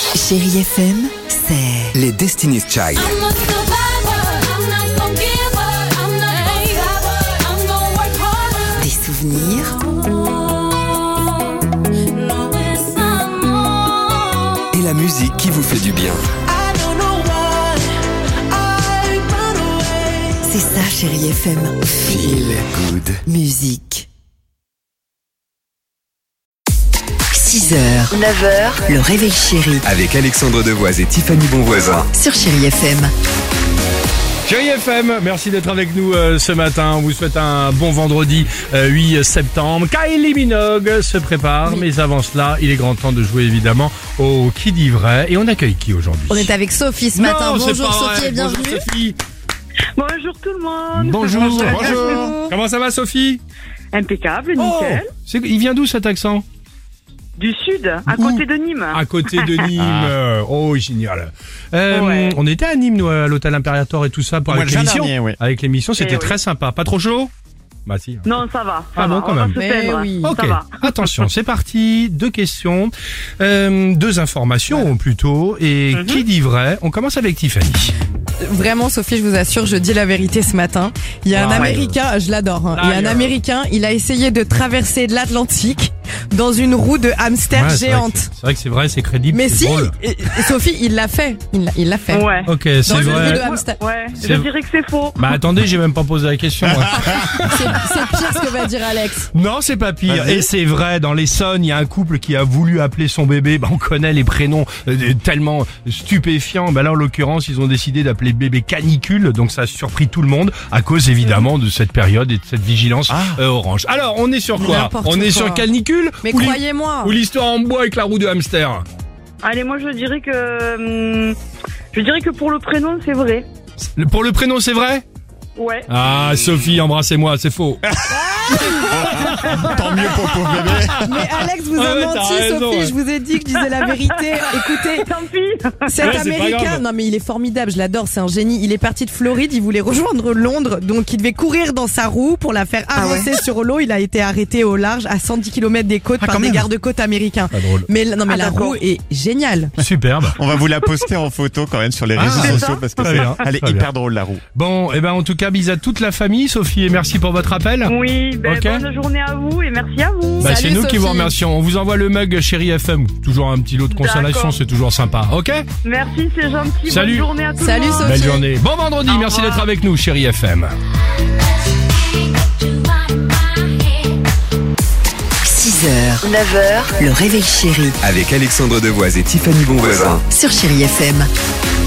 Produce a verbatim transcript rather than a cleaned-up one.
Chérie F M, c'est les Destiny's Child. des souvenirs Et la musique qui vous fait du bien. C'est ça, Chérie F M. Feel good. Musique. six heures, neuf heures, le réveil chéri Avec Alexandre Devoise et Tiffany Bonvoisin. sur Chérie F M. Chérie F M, merci d'être avec nous euh, ce matin. On vous souhaite un bon vendredi euh, huit septembre. Kylie Minogue se prépare, mais avant cela, il est grand temps de jouer évidemment au Qui dit vrai. Et on accueille qui aujourd'hui? On est avec Sophie ce Non, matin. c'est Bonjour pas Sophie vrai. et bienvenue. Bonjour Sophie. Bonjour tout le monde. Bonjour. Bonjour. Comment ça va Sophie? Impeccable, nickel. Oh, c'est- il vient d'où cet accent? Du sud, à Où? côté de Nîmes. À côté de Nîmes. Euh, Oh, génial. Euh, Ouais. On était à Nîmes, nous, à l'hôtel Imperator et tout ça, pour Au mois avec de juin l'émission. dernier, oui. Avec l'émission, c'était Eh très oui. sympa. Pas trop chaud? Bah si. Non, ça va. Ça Ah bon, va. quand on va même. se Mais plaindre. oui. Ok, Ça va. attention, c'est parti. Deux questions, euh, deux informations plutôt. Et Mhm. qui dit vrai? On commence avec Tiffany. Vraiment Sophie, je vous assure, je dis la vérité ce matin. Il y a un Ah, Américain, je l'adore, hein. il y a un Aïe. Américain, il a essayé de traverser l'Atlantique dans une roue de hamster Ouais, c'est vrai géante. que- C'est vrai que c'est vrai, c'est crédible. Mais c'est si, drôle. et- et Sophie, il l'a fait. Il l'a, il l'a fait. Ouais. Ok, c'est Dans une roue de vrai. hamster. Ouais, C'est- je dirais que c'est faux. Bah attendez, j'ai même pas posé la question. moi. C'est, c'est pire ce que va dire Alex. Non, c'est pas pire. Vas-y. Et c'est vrai, dans l'Essonne, il y a un couple qui a voulu appeler son bébé. Bah, on connaît les prénoms euh, tellement stupéfiants. Bah là, en l'occurrence, ils ont décidé d'appeler le bébé Canicule. Donc ça a surpris tout le monde à cause évidemment de cette période et de cette vigilance Ah. euh, orange. Alors, on est sur quoi? N'importe On est quoi. sur Canicule Mais ou l'hi- croyez-moi. ou l'histoire en bois avec la roue de hamster? Allez, moi je dirais que... hum, Je dirais que pour le prénom, c'est vrai. Le- Pour le prénom, c'est vrai? Ouais. Ah, Sophie, embrassez-moi, c'est faux. Tant mieux pour le pauvre bébé. Mais Alex vous Ah a ouais, menti, t'as raison, Sophie, ouais. je vous ai dit que je disais la vérité. Écoutez, Tant pis. cet Ouais, c'est pas Américain, grave. non mais il est formidable, je l'adore, c'est un génie. Il est parti de Floride, il voulait rejoindre Londres, donc il devait courir dans sa roue pour la faire avancer sur l'eau. Il a été arrêté au large à cent dix kilomètres des côtes Ah, par quand des même. gardes-côtes américains. Pas drôle. Mais non mais Ah, la d'accord. roue est géniale. Superbe. On va vous la poster en photo quand même sur les Ah, réseaux c'est sociaux ça parce que Très c'est- bien, elle est très hyper bien. drôle la roue. Bon, et ben en tout cas, bis à toute la famille, Sophie, et merci pour votre appel. Oui, ben, Ok. bonne journée à vous et merci à vous. Bah, Salut, c'est nous qui Sophie. vous remercions. On vous envoie le mug Chérie F M. Toujours un petit lot de consolation, D'accord. c'est toujours sympa. Ok? Merci, c'est gentil. Salut. Bonne journée à tout Salut, le monde. Sophie. Belle journée. Bon vendredi, Au merci revoir. d'être avec nous, Chérie F M. six heures, neuf heures, le réveil chéri Avec Alexandre Devoise et Tiffany Bonvoisin. sur Chérie F M.